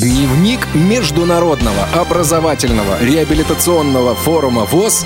Дневник Международного образовательного реабилитационного форума ВОС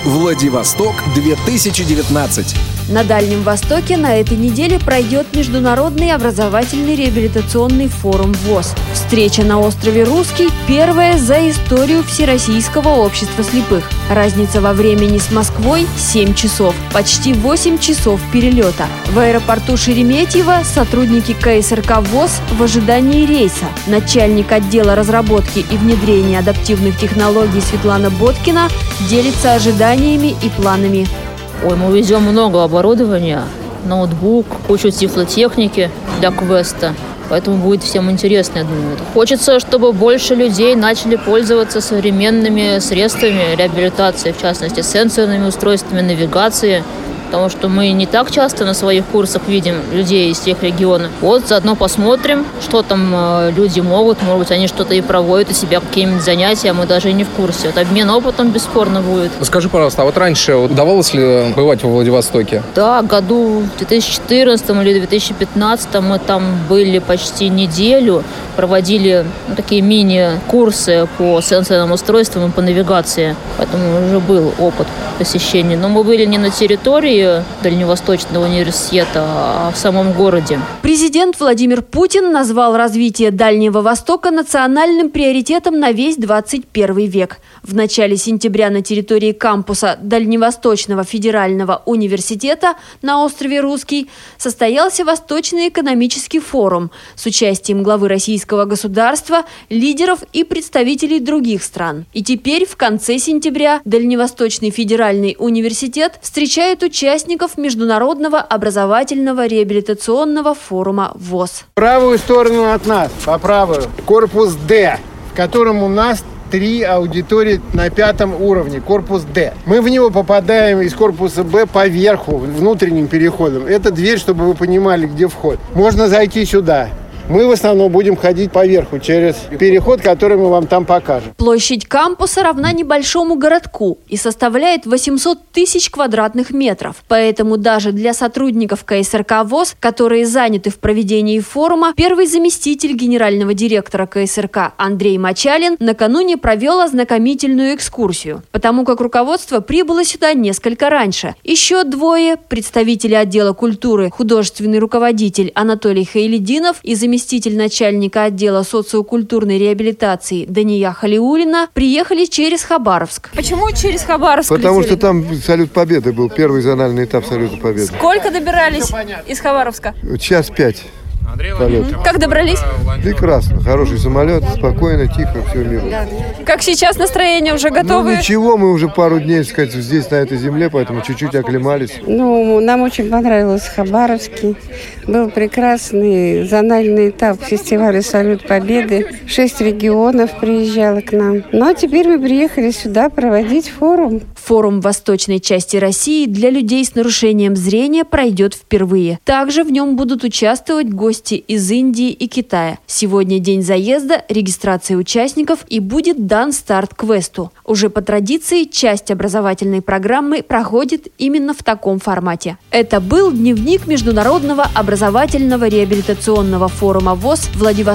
«Владивосток-2019». На Дальнем Востоке на этой неделе пройдет Международный образовательный реабилитационный форум ВОС. Встреча на острове Русский – первая за историю Всероссийского общества слепых. Разница во времени с Москвой – 7 часов, почти 8 часов перелета. В аэропорту Шереметьево сотрудники КСРК ВОС в ожидании рейса. Начальник отдела разработки и внедрения адаптивных технологий Светлана Боткина делится ожиданиями и планами. Мы везем много оборудования, ноутбук, кучу тифлотехники для квеста. Поэтому будет всем интересно, я думаю. Хочется, чтобы больше людей начали пользоваться современными средствами реабилитации, в частности, сенсорными устройствами навигации. Потому что мы не так часто на своих курсах видим людей из тех регионов. Заодно посмотрим, что там люди могут. Может быть, они что-то и проводят у себя, какие-нибудь занятия, мы даже и не в курсе. Обмен опытом бесспорно будет. Скажи, пожалуйста, а раньше удавалось ли бывать во Владивостоке? Да, году в 2014 или 2015 мы там были почти неделю. Проводили такие мини-курсы по сенсорным устройствам и по навигации. Поэтому уже был опыт посещения. Но мы были не на территории Дальневосточного университета, а в самом городе. Президент Владимир Путин назвал развитие Дальнего Востока национальным приоритетом на весь 21 век. В начале сентября на территории кампуса Дальневосточного федерального университета на острове Русский состоялся Восточный экономический форум с участием главы российского государства, лидеров и представителей других стран. И теперь в конце сентября Дальневосточный федеральный университет встречает участников Международного образовательного реабилитационного форума ВОС. В правую сторону от нас, по правую, корпус Д, в котором у нас 3 аудитории на 5 уровне, корпус Д. Мы в него попадаем из корпуса Б по верху, внутренним переходом. Это дверь, чтобы вы понимали, где вход. Можно зайти сюда. Мы в основном будем ходить по верху через переход, который мы вам там покажем. Площадь кампуса равна небольшому городку и составляет 800 тысяч квадратных метров. Поэтому даже для сотрудников КСРК ВОС, которые заняты в проведении форума, первый заместитель генерального директора КСРК Андрей Мачалин накануне провел ознакомительную экскурсию, потому как руководство прибыло сюда несколько раньше. Еще 2 представители отдела культуры, художественный руководитель Анатолий Хайлединов и заместитель начальника отдела социокультурной реабилитации Дания Халиуллина приехали через Хабаровск. Почему через Хабаровск? Потому что там Салют Победы был, первый зональный этап Салюта Победы. Сколько добирались из Хабаровска? 1 час 5. Полет. Как добрались? Прекрасно. Хороший самолет, спокойно, тихо, все мирно. Как сейчас настроение? Уже готовы? Ничего, мы уже пару дней, сказать, здесь, на этой земле, поэтому чуть-чуть оклемались. Нам очень понравилось Хабаровский. Был прекрасный зональный этап фестиваля «Салют Победы». 6 регионов приезжало к нам. Ну, а теперь мы приехали сюда проводить форум. Форум в восточной части России для людей с нарушением зрения пройдет впервые. Также в нем будут участвовать гости из Индии и Китая. Сегодня день заезда, регистрация участников и будет дан старт квесту. Уже по традиции часть образовательной программы проходит именно в таком формате. Это был дневник Международного образовательного реабилитационного форума ВОС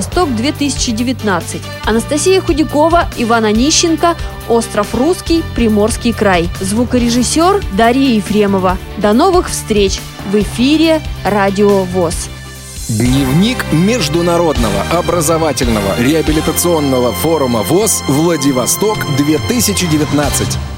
«Владивосток-2019». Анастасия Худякова, Иван Онищенко, остров Русский, Приморский край. Звукорежиссер Дарья Ефремова. До новых встреч в эфире Радио ВОС. Дневник Международного образовательного реабилитационного форума ВОС «Владивосток-2019».